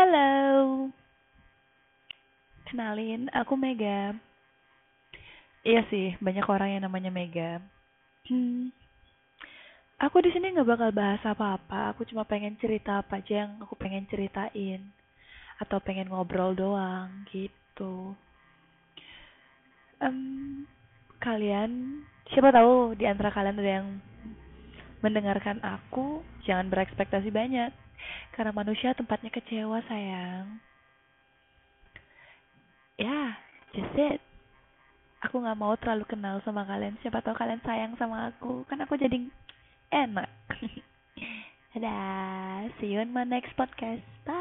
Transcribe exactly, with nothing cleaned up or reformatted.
Halo, kenalin, aku Mega. Iya sih, banyak orang yang namanya Mega. Hmm, aku di sini nggak bakal bahas apa-apa. Aku cuma pengen cerita apa aja yang aku pengen ceritain, atau pengen ngobrol doang, gitu. Em, Kalian, siapa tahu di antara kalian ada yang mendengarkan aku, jangan berekspektasi banyak, karena manusia tempatnya kecewa, sayang. Ya, just it. Aku nggak mau terlalu kenal sama kalian. Siapa tahu kalian sayang sama aku, kan aku jadi enak. Dadah, see you in my next podcast. Bye.